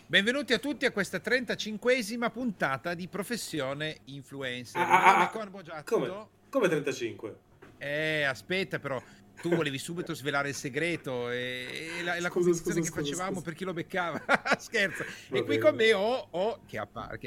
Benvenuti a tutti a questa 35esima puntata di Professione Influencer. Il Ah, mio ah, nome è ah, Con come? Boggiatto. Come 35? Aspetta però, tu volevi subito svelare il segreto e la Scusa, competizione scusa, che scusa, facevamo scusa. per chi lo beccava. Scherzo. Va E qui bene, con va me bene. ho che appare.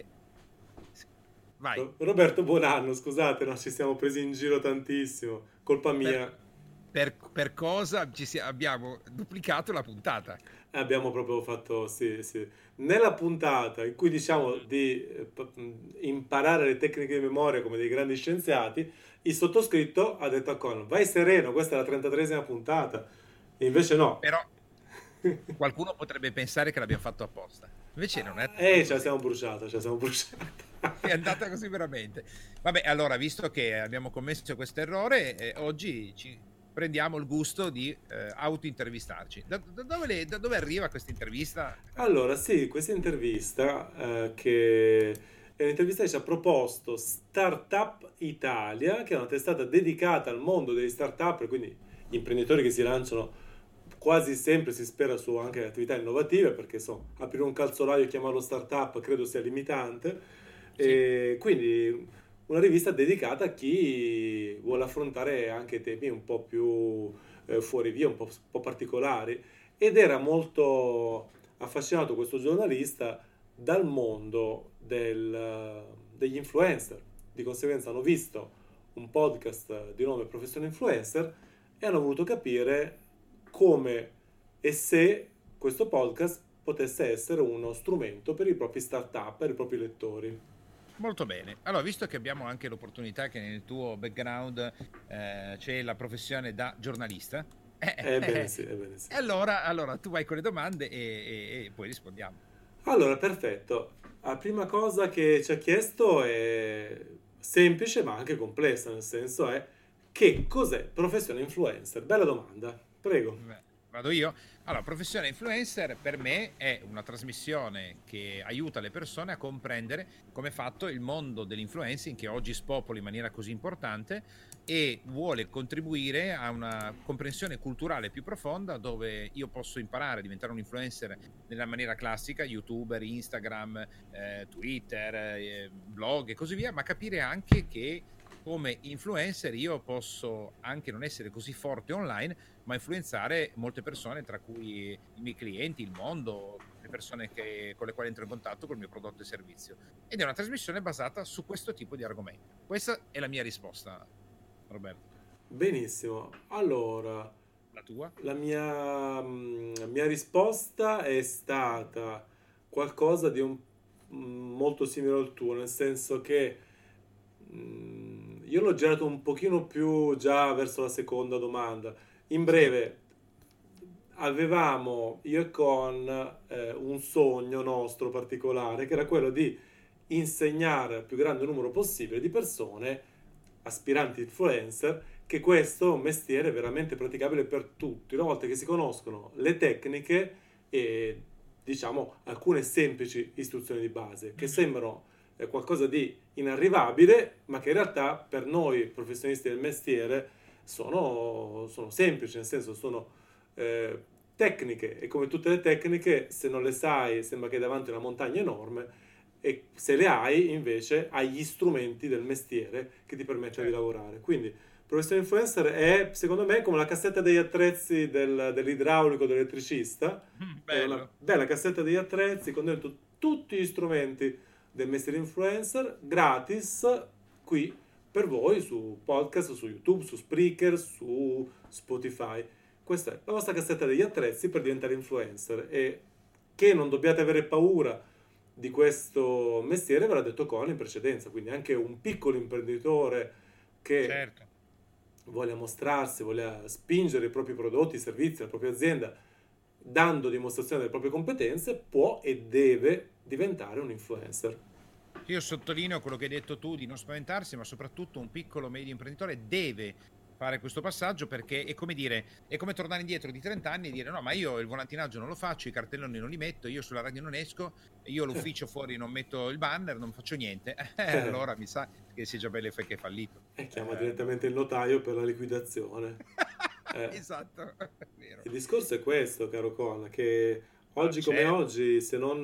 Vai. Roberto Buonanno, scusate, no, ci siamo presi in giro tantissimo. Colpa Per, mia. per cosa abbiamo duplicato la puntata? Abbiamo proprio fatto, sì, sì. Nella puntata in cui diciamo Mm. di imparare le tecniche di memoria come dei grandi scienziati, il sottoscritto ha detto a Conan, vai sereno, questa è la 33esima puntata. E invece no. Però qualcuno potrebbe pensare che l'abbiamo fatto apposta. Invece non è Ce la così. siamo bruciata, ce la siamo bruciata. È andata così veramente. Vabbè, allora, visto che abbiamo commesso questo errore, oggi ci prendiamo il gusto di auto-intervistarci. Da dove arriva questa intervista? Allora, sì, questa intervista, che è un'intervista che ci ha proposto Startup Italia, che è una testata dedicata al mondo degli startup, quindi gli imprenditori che si lanciano quasi sempre, si spera, su anche attività innovative, perché insomma, aprire un calzolaio e chiamarlo startup credo sia limitante. Sì, E quindi una rivista dedicata a chi vuole affrontare anche temi un po' più fuori via, un po' particolari. Ed era molto affascinato questo giornalista dal mondo degli influencer. Di conseguenza hanno visto un podcast di nome Professione Influencer e hanno voluto capire come e se questo podcast potesse essere uno strumento per i propri startup, per i propri lettori. molto bene. Allora, visto che abbiamo anche l'opportunità che nel tuo background c'è la professione da giornalista, Ebbene sì, ebbene sì. allora tu vai con le domande e poi rispondiamo. Allora, perfetto. La prima cosa che ci ha chiesto è semplice ma anche complessa, nel senso è che cos'è professione influencer? Bella domanda, prego. Beh, vado io? Allora, professione influencer per me è una trasmissione che aiuta le persone a comprendere come è fatto il mondo dell'influencing che oggi spopola in maniera così importante e vuole contribuire a una comprensione culturale più profonda dove io posso imparare a diventare un influencer nella maniera classica, YouTuber, Instagram, Twitter, blog e così via, ma capire anche che come influencer io posso anche non essere così forte online ma influenzare molte persone, tra cui i miei clienti, il mondo, le persone con le quali entro in contatto col mio prodotto e servizio. Ed è una trasmissione basata su questo tipo di argomenti. Questa è la mia risposta, Roberto. Benissimo. Allora, La tua? la mia risposta è stata qualcosa di molto simile al tuo, nel senso che io l'ho girato un pochino più già verso la seconda domanda. In Sì. breve, avevamo io e con un sogno nostro particolare, che era quello di insegnare al più grande numero possibile di persone, aspiranti influencer, che questo è un mestiere veramente praticabile per tutti. Una volta che si conoscono le tecniche e diciamo alcune semplici istruzioni di base, che Mhm. sembrano qualcosa di inarrivabile, ma che in realtà per noi professionisti del mestiere sono semplici, nel senso sono eh, tecniche e come tutte le tecniche, se non le sai, sembra che hai davanti una montagna enorme e se le hai, invece, hai gli strumenti del mestiere che ti permettono di Certo. lavorare. Quindi, professione influencer è, secondo me, come la cassetta degli attrezzi dell'idraulico, dell'elettricista. È una Bello. bella cassetta degli attrezzi con dentro tutti gli strumenti del mestiere influencer, gratis, qui per voi, su podcast, su YouTube, su Spreaker, su Spotify. Questa è la vostra cassetta degli attrezzi per diventare influencer e che non dobbiate avere paura di questo mestiere ve l'ha detto Conan in precedenza, quindi anche un piccolo imprenditore che Certo. voglia mostrarsi, voglia spingere i propri prodotti, i servizi, la propria azienda, dando dimostrazione delle proprie competenze, può e deve diventare un influencer. Io sottolineo quello che hai detto tu di non spaventarsi, ma soprattutto un piccolo medio imprenditore deve fare questo passaggio perché è come dire, è come tornare indietro di 30 anni e dire no, ma io il volantinaggio non lo faccio, i cartelloni non li metto, io sulla radio non esco, io all'ufficio fuori non metto il banner, non faccio niente. Allora mi sa che si è già belle che è fallito. E chiama direttamente il notaio per la liquidazione. Eh, Esatto, è vero. il discorso è questo, caro Con, che Oggi come certo. oggi, se non...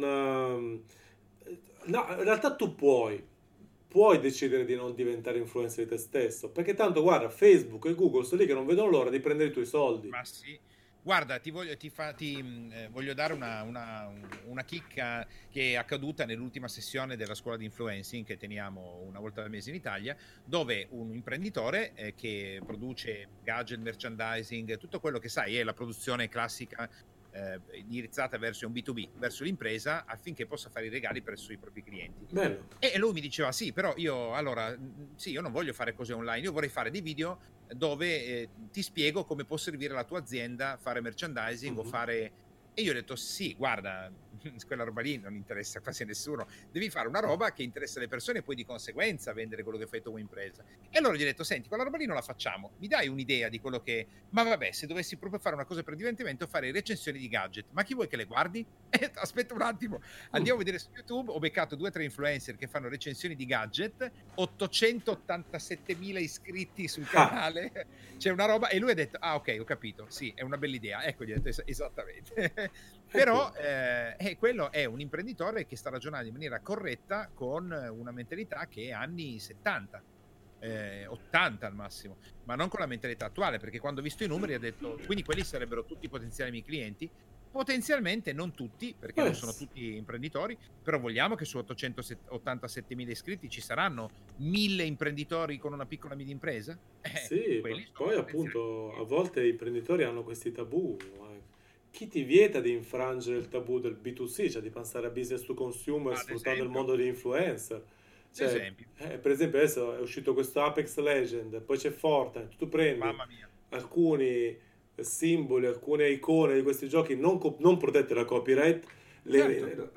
no, in realtà tu puoi decidere di non diventare influencer di te stesso, perché tanto guarda, Facebook e Google sono lì che non vedono l'ora di prendere i tuoi soldi. Ma sì. Guarda, voglio dare una chicca che è accaduta nell'ultima sessione della scuola di influencing che teniamo una volta al mese in Italia, dove un imprenditore che produce gadget, merchandising, tutto quello che sai è la produzione classica indirizzata verso un B2B, verso l'impresa, affinché possa fare i regali presso i propri clienti. Bello. E lui mi diceva: sì, però io allora sì, io non voglio fare cose online, io vorrei fare dei video dove ti spiego come può servire la tua azienda fare merchandising o Mhm. fare... E io ho detto: sì, guarda, quella roba lì non interessa quasi a nessuno, devi fare una roba che interessa le persone e poi di conseguenza vendere quello che fai tu come impresa. E allora gli ho detto: senti, quella roba lì non la facciamo, mi dai un'idea di quello che... Ma vabbè, se dovessi proprio fare una cosa per divertimento, fare recensioni di gadget, ma chi vuoi che le guardi? Aspetta un attimo, Mm. andiamo a vedere su YouTube. Ho beccato 2 o 3 influencer che fanno recensioni di gadget, 887.000 iscritti sul Ah, canale. C'è una roba, e lui ha detto: ah, ok, ho capito, sì, è una bella idea. Ecco, gli ho detto esattamente. ecco. Però quello è un imprenditore che sta ragionando in maniera corretta con una mentalità che è anni 70, 80 al massimo, ma non con la mentalità attuale, perché quando ho visto i numeri ha detto: quindi quelli sarebbero tutti potenziali miei clienti? Potenzialmente non tutti, perché non sono Yes. tutti imprenditori, però vogliamo che su 887.000 iscritti ci saranno 1000 imprenditori con una piccola media impresa? Sì, ma Quelli sono poi potenziali appunto a clienti. volte i imprenditori hanno questi tabù. Chi ti vieta di infrangere il tabù del B2C, cioè di passare a business to consumer Ad sfruttando il esempio, mondo degli influencer? ad Cioè, esempio, per esempio adesso è uscito questo Apex Legend, poi c'è Fortnite, tu prendi mamma mia, alcuni simboli, alcune icone di questi giochi non protette da copyright, certo, le,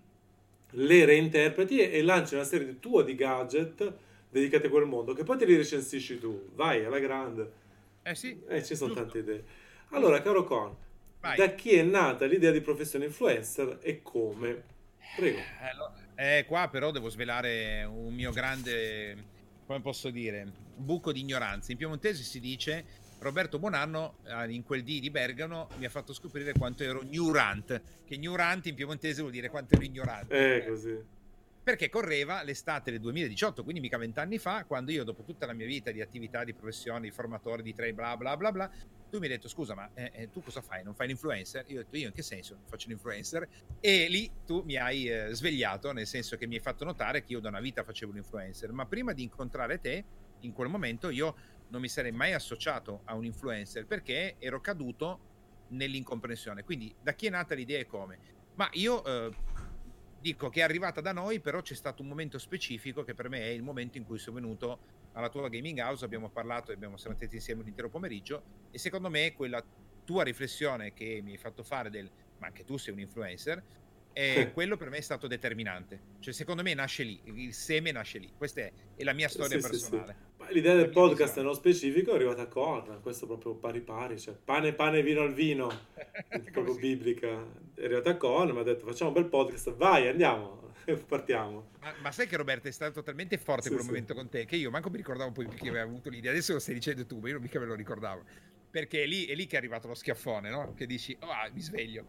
le reinterpreti e lanci una serie tua di gadget dedicati a quel mondo, che poi te li recensisci tu. Vai, alla grande. eh sì, Ci sono tante giusto, idee. Allora, giusto, caro Con, vai. da chi è nata l'idea di professione influencer e come? Prego. Qua però devo svelare un mio grande, come posso dire, buco di ignoranza. In piemontese si dice: Roberto Bonanno in quel D di Bergamo mi ha fatto scoprire quanto ero ignorant, che ignorante in piemontese vuol dire quanto ero ignorante. Così. Perché correva l'estate del 2018, quindi mica 20 anni fa, quando io, dopo tutta la mia vita di attività, di professione, di formatore, di train, bla bla bla bla, tu mi hai detto: scusa, ma tu cosa fai? Non fai l'influencer? Io ho detto: io in che senso faccio l'influencer? E lì tu mi hai svegliato, nel senso che mi hai fatto notare che io da una vita facevo l'influencer, ma prima di incontrare te, in quel momento io non mi sarei mai associato a un influencer perché ero caduto nell'incomprensione. Quindi da chi è nata l'idea e come? Ma io dico che è arrivata da noi, però c'è stato un momento specifico che per me è il momento in cui sono venuto alla tua gaming house, abbiamo parlato e siamo stati insieme l'intero pomeriggio, e secondo me quella tua riflessione che mi hai fatto fare del ma anche tu sei un influencer, quello per me è stato determinante. Cioè secondo me nasce lì, il seme nasce lì. Questa è la mia storia Sì, sì, sì. personale, Ma l'idea la del mia podcast visione. nello specifico è arrivata a Con, questo proprio pari pari, cioè pane pane vino al vino, Come proprio si dice? biblica. È arrivata a Con, mi ha detto facciamo un bel podcast, vai, andiamo, partiamo. Ma sai che Roberto è stato talmente forte Sì, quel sì. momento con te che io manco mi ricordavo poi chi aveva avuto l'idea. Adesso lo stai dicendo tu, ma io non mica me lo ricordavo. Perché è lì che è arrivato lo schiaffone, no? Che dici: oh, mi sveglio.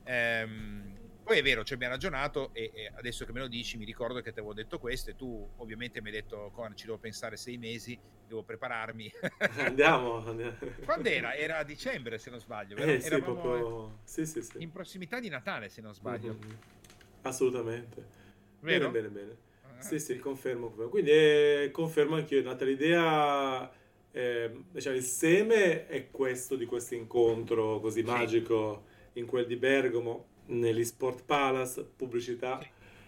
Poi è vero, ci abbiamo ragionato e adesso che me lo dici mi ricordo che ti avevo detto questo e tu ovviamente mi hai detto: Con, ci devo pensare 6 mesi, devo prepararmi. Andiamo, andiamo. Quando era? Era a dicembre, se non sbaglio, vero? Sì, Eravamo proprio... Sì, sì, sì. in prossimità di Natale, se non sbaglio, Mhm. Assolutamente. Bene, vero? bene, bene. Sì, sì, Sì, confermo. Quindi confermo anch'io, è nata l'idea, diciamo, il seme è questo di questo incontro così sì, magico in quel di Bergamo, nell'eSport Palace, pubblicità, sì,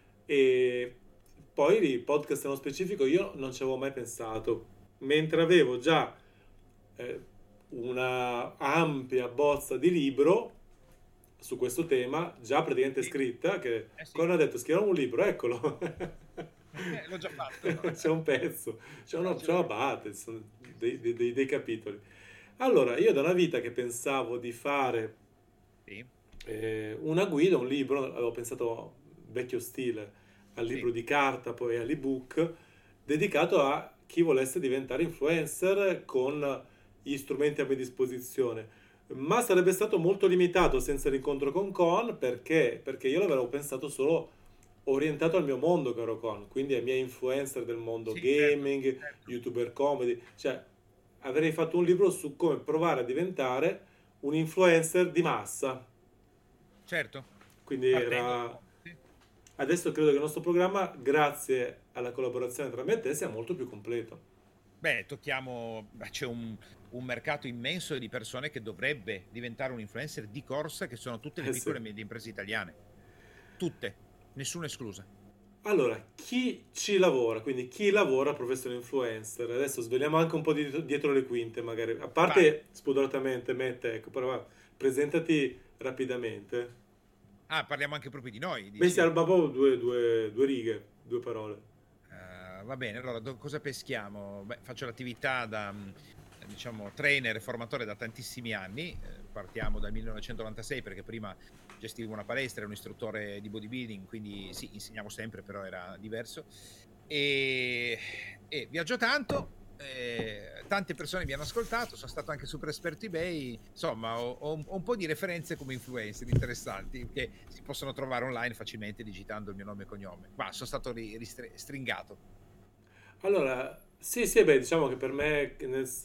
e poi il podcast nello specifico io non ci avevo mai pensato, mentre avevo già eh, una ampia bozza di libro su questo tema, già praticamente sì, scritta, che sì. quando ha detto scriviamo un libro, eccolo, L'ho già fatto. c'è un pezzo, Ce c'è una l'avevo. parte, ci sono dei capitoli. Allora, io da una vita che pensavo di fare Sì, una guida, un libro, avevo pensato vecchio stile, al sì, libro di carta, poi all'ebook, dedicato a chi volesse diventare influencer con gli strumenti a mia disposizione. ma sarebbe stato molto limitato senza l'incontro con Con, perché io l'avevo pensato solo orientato al mio mondo, caro Con, quindi ai miei influencer del mondo Sì, certo, gaming, certo, youtuber comedy, cioè avrei fatto un libro su come provare a diventare un influencer di massa. certo. Quindi Partendo era... sì. Adesso credo che il nostro programma, grazie alla collaborazione tra me e te, sia molto più completo. Beh, tocchiamo, beh, c'è un mercato immenso di persone che dovrebbe diventare un influencer di corsa, che sono tutte le Eh sì. piccole e medie imprese italiane. Tutte, nessuna esclusa. Allora, chi ci lavora? Quindi chi lavora professione influencer? Adesso sveliamo anche un po' dietro le quinte, magari. A Vai. parte spudoratamente, me e te, ecco, però va, presentati rapidamente. Ah, parliamo anche proprio di noi, Beh, dici? si alba proprio due righe, due parole. Va bene, allora cosa peschiamo? Beh, faccio l'attività da, diciamo, trainer e formatore da tantissimi anni. Partiamo dal 1996 perché prima gestivo una palestra, ero un istruttore di bodybuilding, quindi sì, insegnavo sempre, però era diverso. E, e viaggio tanto. Tante persone mi hanno ascoltato, sono stato anche Super Esperto eBay, insomma ho un po' di referenze come influencer interessanti che si possono trovare online facilmente digitando il mio nome e cognome. Ma sono stato stringato. Allora, sì, sì, beh, diciamo che per me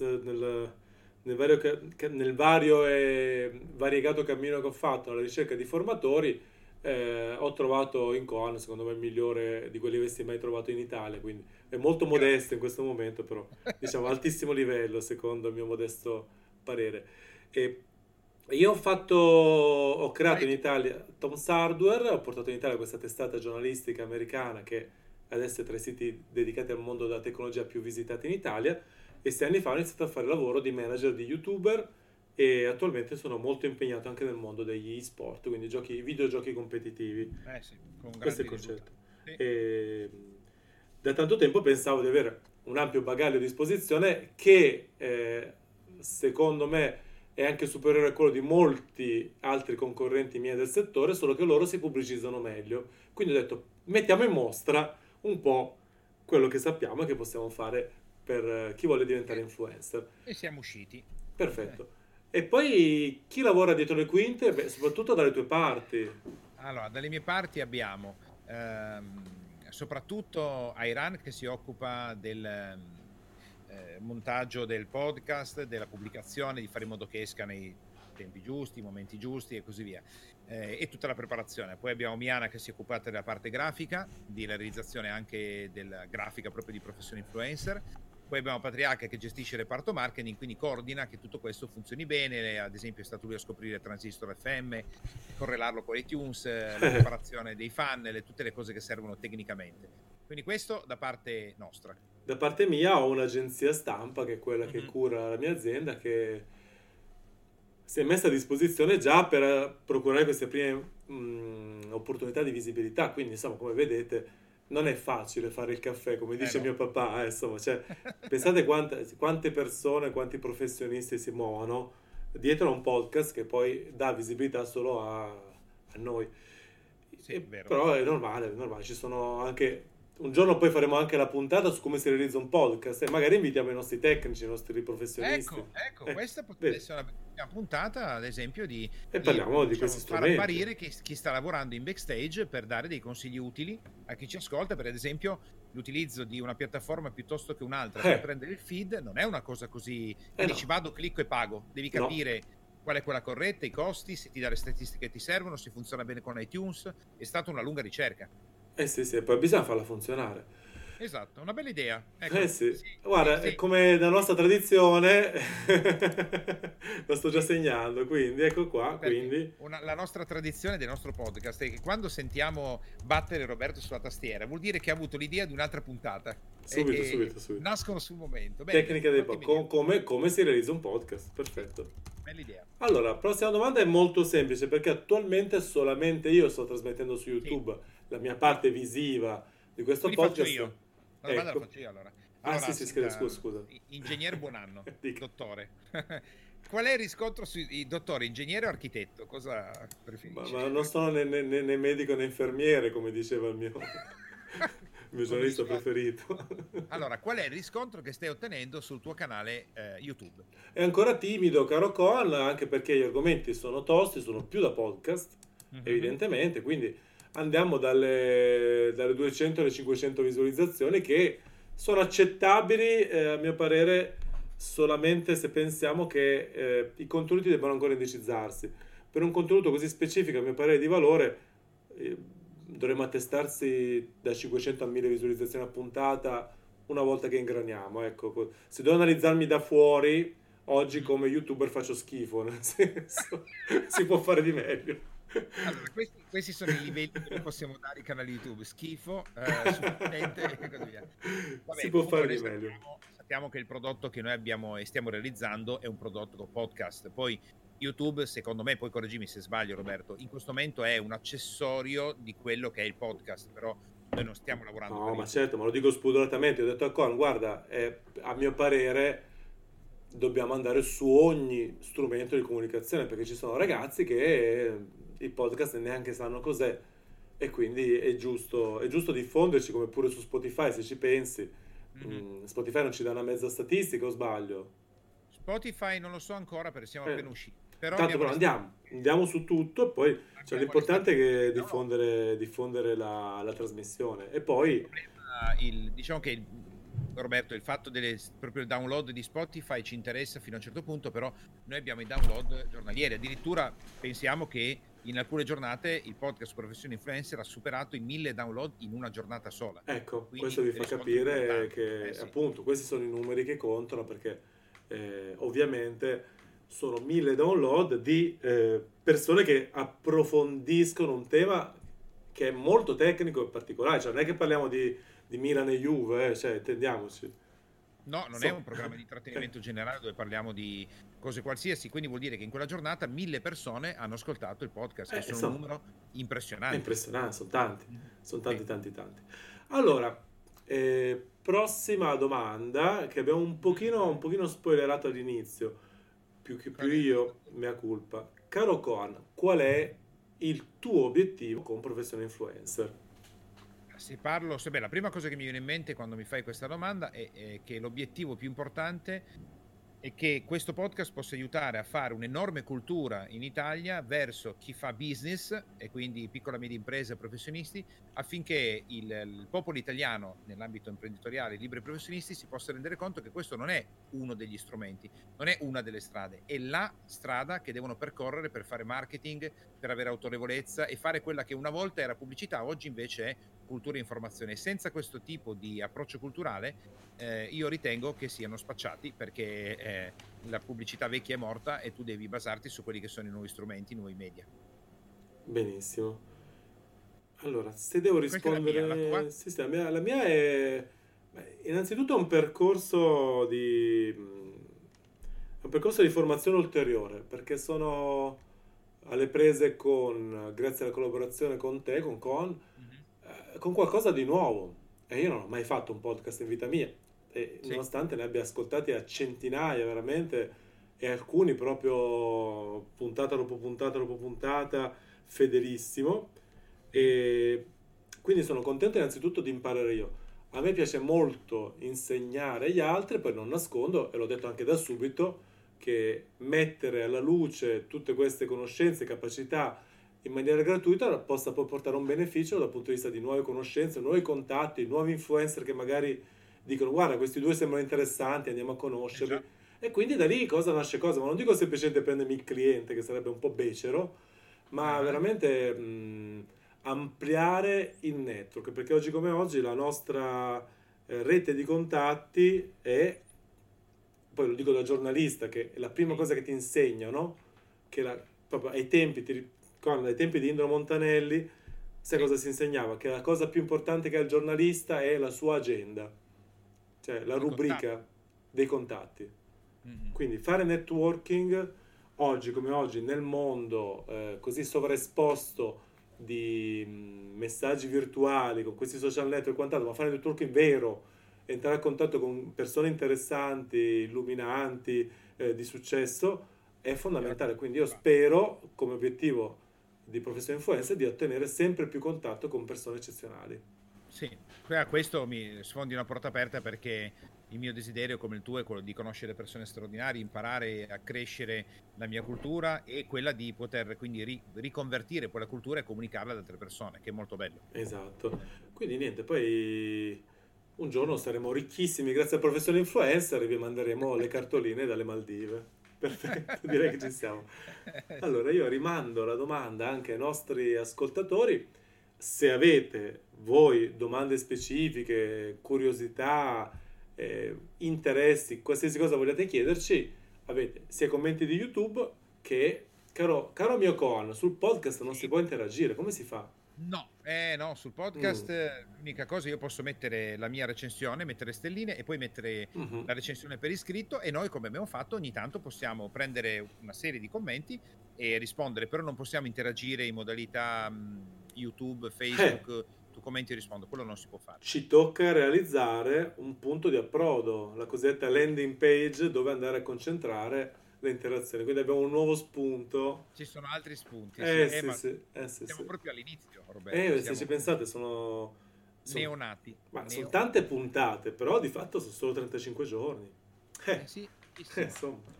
nel vario, nel vario e variegato cammino che ho fatto alla ricerca di formatori, ho trovato Incon, secondo me, il migliore di quelli che avessi mai trovato in Italia, quindi è molto Grazie. modesto in questo momento, però diciamo altissimo livello, secondo il mio modesto parere. E io ho creato Vai in tu. Italia Tom's Hardware, ho portato in Italia questa testata giornalistica americana che adesso è tra i siti dedicati al mondo della tecnologia più visitati in Italia, e 6 anni fa ho iniziato a fare il lavoro di manager di YouTuber e attualmente sono molto impegnato anche nel mondo degli e-sport, quindi videogiochi competitivi. Sì, con Questo è il grandi concetto. risultati. Sì. E da tanto tempo pensavo di avere un ampio bagaglio a disposizione che secondo me è anche superiore a quello di molti altri concorrenti miei del settore, solo che loro si pubblicizzano meglio. Quindi ho detto, mettiamo in mostra un po' quello che sappiamo e che possiamo fare per chi vuole diventare E, influencer. e siamo usciti. Perfetto. E poi chi lavora dietro le quinte? Beh, soprattutto dalle tue parti. Allora, dalle mie parti abbiamo soprattutto Airan che si occupa del montaggio del podcast, della pubblicazione, di fare in modo che esca nei tempi giusti, momenti giusti e così via. E tutta la preparazione. Poi abbiamo Miana che si è occupata della parte grafica, di realizzazione anche della grafica proprio di professione influencer. Poi abbiamo Patriarca che gestisce il reparto marketing, quindi coordina che tutto questo funzioni bene. Ad esempio è stato lui a scoprire Transistor FM, correlarlo con iTunes, la preparazione dei funnel, tutte le cose che servono tecnicamente. Quindi questo da parte nostra. Da parte mia ho un'agenzia stampa che è quella che Mhm. cura la mia azienda, che si è messa a disposizione già per procurare queste prime opportunità di visibilità. Quindi, insomma, come vedete, non è facile fare il caffè, come dice No. mio papà. Insomma, cioè, pensate quante persone, quanti professionisti si muovono dietro a un podcast che poi dà visibilità solo a noi. Sì, vero. Però è normale, ci sono anche... Un giorno poi faremo anche la puntata su come si realizza un podcast e magari invitiamo i nostri tecnici, i nostri professionisti. Ecco, questa potrebbe Vedi? essere una puntata, ad esempio, E parliamo di questi diciamo, far strumenti. apparire chi sta lavorando in backstage per dare dei consigli utili a chi ci ascolta, per ad esempio l'utilizzo di una piattaforma piuttosto che un'altra per Eh, prendere il feed non è una cosa così che no, dici vado, clicco e pago, devi no. capire qual è quella corretta, i costi, se ti dà le statistiche che ti servono, se funziona bene con iTunes, è stata una lunga ricerca. Eh sì, sì, poi bisogna farla funzionare. Esatto, una bella idea. Eh Ecco, sì, sì, sì, guarda, è sì. come la nostra tradizione, lo sto già segnando, quindi ecco qua, Perché quindi... la nostra tradizione del nostro podcast è che quando sentiamo battere Roberto sulla tastiera vuol dire che ha avuto l'idea di un'altra puntata Subito, e subito, subito. nascono sul momento. Belle, Tecnica ottime idee. come si realizza un podcast, Sì, perfetto. bella idea. Allora, prossima domanda è molto semplice perché attualmente solamente io sto trasmettendo su Sì, YouTube la mia parte visiva di questo quindi faccio podcast. io. La domanda la Ecco. faccio io allora. Ah sì, Allora, sì, scusa, senta, scusa, scusa. ingegner Buonanno, Dica. dottore. Qual è il riscontro sui dottore, ingegnere o architetto? Cosa Ma, preferisce? ma non sono né medico né infermiere, come diceva il mio... mio Un giornalista riscontro. preferito. Allora, qual è il riscontro che stai ottenendo sul tuo canale YouTube? È ancora timido, caro Coan, anche perché gli argomenti sono tosti, sono più da podcast, Mhm. evidentemente, quindi andiamo dalle 200 alle 500 visualizzazioni che sono accettabili, a mio parere, solamente se pensiamo che i contenuti debbano ancora indicizzarsi. Per un contenuto così specifico, a mio parere, di valore, dovremmo attestarsi da 500 a 1000 visualizzazioni a puntata una volta che ingraniamo. Ecco, se devo analizzarmi da fuori, oggi Mhm. come YouTuber faccio schifo, nel senso, si può fare di meglio. Allora, questi sono i livelli che noi possiamo dare ai canali YouTube: schifo, sufficiente e così via. Si Vabbè, può comunque fare noi di meglio. sappiamo che il prodotto che noi abbiamo e stiamo realizzando è un prodotto con podcast. Poi YouTube, secondo me, poi correggimi se sbaglio, Roberto, in questo momento è un accessorio di quello che è il podcast, però noi non stiamo lavorando No, per ma YouTube. certo, ma lo dico spudoratamente. Ho detto a Con, guarda, a mio parere dobbiamo andare su ogni strumento di comunicazione perché ci sono ragazzi che i podcast neanche sanno cos'è e quindi è giusto diffonderci come pure su Spotify se ci pensi. Mhm. Spotify non ci dà una mezza statistica o sbaglio? Spotify non lo so ancora perché siamo Eh, appena usciti, però Intanto però andiamo su tutto e poi cioè, abbiamo le l'importante è che statistiche download. diffondere la trasmissione e Il poi problema, diciamo che Roberto, il fatto proprio il download di Spotify ci interessa fino a un certo punto, però noi abbiamo i download giornalieri. Addirittura pensiamo che in alcune giornate il podcast Professione Influencer ha superato i 1000 download in una giornata sola. ecco, questo Quindi vi dei fa riscontri capire importanti. Eh che sì. appunto questi sono i numeri che contano perché ovviamente sono 1000 download di persone che approfondiscono un tema che è molto tecnico e particolare, cioè non è che parliamo di Milan e Juve, cioè intendiamoci. No, non è So. un programma di intrattenimento generale dove parliamo di cose qualsiasi, quindi vuol dire che in quella giornata 1000 persone hanno ascoltato il podcast, che sono un Insomma, numero è impressionante. impressionante, sono Sì. tanti, tanti, tanti. Allora, prossima domanda che abbiamo un pochino spoilerato all'inizio, più che più Qual è? io, mea culpa. Caro Coan, qual è il tuo obiettivo con Professione Influencer? Beh, la prima cosa che mi viene in mente quando mi fai questa domanda è che l'obiettivo più importante è che questo podcast possa aiutare a fare un'enorme cultura in Italia verso chi fa business e quindi piccola e media imprese e professionisti, affinché il popolo italiano nell'ambito imprenditoriale, i liberi professionisti, si possa rendere conto che questo non è uno degli strumenti, non è una delle strade, è la strada che devono percorrere per fare marketing, per avere autorevolezza e fare quella che una volta era pubblicità, oggi invece è cultura e informazione. Senza questo tipo di approccio culturale, io ritengo che siano spacciati, perché la pubblicità vecchia è morta e tu devi basarti su quelli che sono i nuovi strumenti, i nuovi media. Benissimo. Allora, se devo Questa è la mia, la tua? rispondere, sì, sì, la mia è beh, innanzitutto è un percorso di formazione ulteriore, perché sono alle prese grazie alla collaborazione con te, con Con, Mhm. con qualcosa di nuovo. E io non ho mai fatto un podcast in vita mia, e Sì. nonostante ne abbia ascoltati a centinaia veramente, e alcuni proprio puntata dopo puntata, fedelissimo. Sì. E quindi sono contento innanzitutto di imparare io. A me piace molto insegnare agli altri, poi non nascondo, e l'ho detto anche da subito, che mettere alla luce tutte queste conoscenze e capacità in maniera gratuita possa poi portare un beneficio dal punto di vista di nuove conoscenze, nuovi contatti, nuovi influencer che magari dicono guarda questi due sembrano interessanti, andiamo a conoscerli. Già. E quindi da lì cosa nasce cosa, ma non dico semplicemente prendermi il cliente che sarebbe un po' becero, ma Ah, veramente ampliare il network, perché oggi come oggi la nostra rete di contatti è, poi lo dico da giornalista, che è la prima sì. cosa che ti insegnano, che proprio ai tempi, ai tempi di Indro Montanelli, sai Sì. cosa si insegnava? Che la cosa più importante che ha il giornalista è la sua agenda, cioè la I contatti. rubrica dei contatti. Mhm. Quindi fare networking oggi come oggi nel mondo così sovraesposto di messaggi virtuali con questi social network e quant'altro, ma fare networking vero, entrare a contatto con persone interessanti, illuminanti, di successo è È la cosa fondamentale. Quindi io principale. spero come obiettivo di Professione Influencer di ottenere sempre più contatto con persone eccezionali. Sì, questo mi sfondi una porta aperta, perché il mio desiderio, come il tuo, è quello di conoscere persone straordinarie, imparare a crescere la mia cultura, e quella di poter quindi riconvertire quella cultura e comunicarla ad altre persone, che è molto bello. Esatto. Quindi niente, poi un giorno saremo ricchissimi grazie al professore influencer e vi manderemo le cartoline dalle Maldive. Perfetto, direi che ci siamo. Sì. Allora io rimando la domanda anche ai nostri ascoltatori. Se avete voi domande specifiche, curiosità, interessi, qualsiasi cosa vogliate chiederci, avete sia commenti di YouTube che, caro mio Coan, sul podcast non si Sì. può interagire, come si fa? No, no, sul Mm, podcast l'unica cosa, io posso mettere la mia recensione, mettere stelline e poi mettere mhm. la recensione per iscritto, e noi, come abbiamo fatto, ogni tanto possiamo prendere una serie di commenti e rispondere, però non possiamo interagire in modalità YouTube, Eh, Facebook, tu commenti e rispondo, quello non si può fare. ci tocca realizzare un punto di approdo, la cosiddetta landing page dove andare a concentrare le interazioni. Quindi abbiamo un nuovo spunto. Ci sono altri spunti, sì, Sì, ma sì, sì, siamo sì. proprio all'inizio, Roberto, Se ci siamo pensate sono, neonati, ma sono neonati. tante puntate, però di fatto sono solo 35 giorni. Eh sì, pochissimo. Insomma.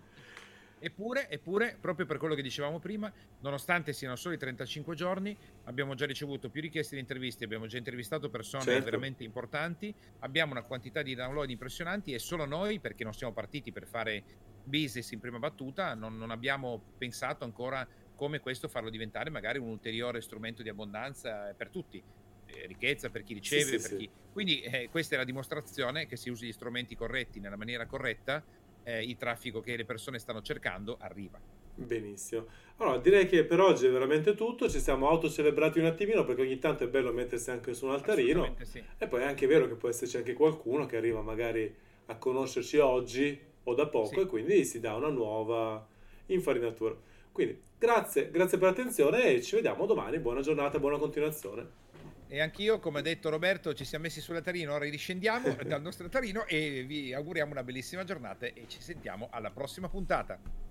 Eppure, proprio per quello che dicevamo prima, nonostante siano solo i 35 giorni, abbiamo già ricevuto più richieste di interviste, abbiamo già intervistato persone Certo. veramente importanti, abbiamo una quantità di download impressionanti, e solo noi, perché non siamo partiti per fare business in prima battuta, non abbiamo pensato ancora come questo farlo diventare magari un ulteriore strumento di abbondanza per tutti, ricchezza per chi Sì, sì, riceve, per sì. chi... Quindi questa è la dimostrazione che si usi gli strumenti corretti nella maniera corretta, il traffico che le persone stanno cercando arriva. Benissimo. Allora, direi che per oggi è veramente tutto. Ci siamo autocelebrati un attimino perché ogni tanto è bello mettersi anche su un altarino. Assolutamente sì. E poi è anche vero che può esserci anche qualcuno che arriva magari a conoscerci oggi o da poco Sì. e quindi si dà una nuova infarinatura. Quindi grazie per l'attenzione e ci vediamo domani. Buona giornata, buona continuazione. E anch'io, come ha detto Roberto, ci siamo messi sull'altarino, ora riscendiamo dal nostro altarino e vi auguriamo una bellissima giornata, e ci sentiamo alla prossima puntata.